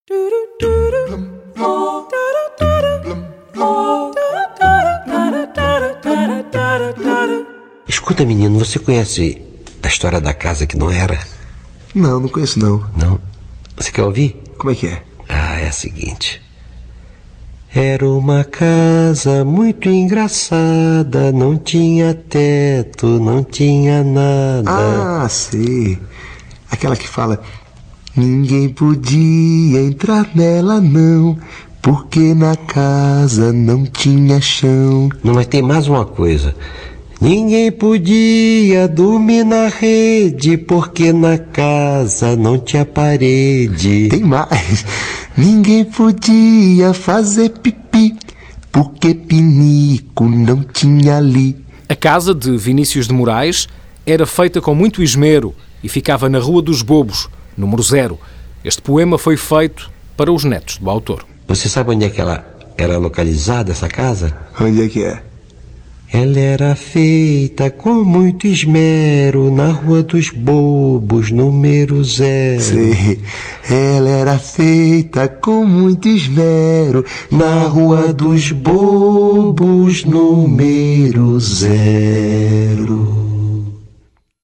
Escuta, menino, você conhece a história da casa que não era? Não conheço não. Não? Você quer ouvir? Como é que é? É a seguinte. Era uma casa muito engraçada, não tinha teto, não tinha nada. Sei. Aquela que fala: ninguém podia entrar nela não, porque na casa não tinha chão. Não, mas tem mais uma coisa. Ninguém podia dormir na rede, porque na casa não tinha parede. Tem mais. Ninguém podia fazer pipi, porque pinico não tinha ali. A casa de Vinícius de Moraes era feita com muito esmero e ficava na Rua dos Bobos, número 0. Este poema foi feito para os netos do autor. Você sabe onde é que ela era localizada, essa casa? Onde é que é? Ela era feita com muito esmero na Rua dos Bobos, número 0. Sei. Ela era feita com muito esmero na Rua dos Bobos, número 0.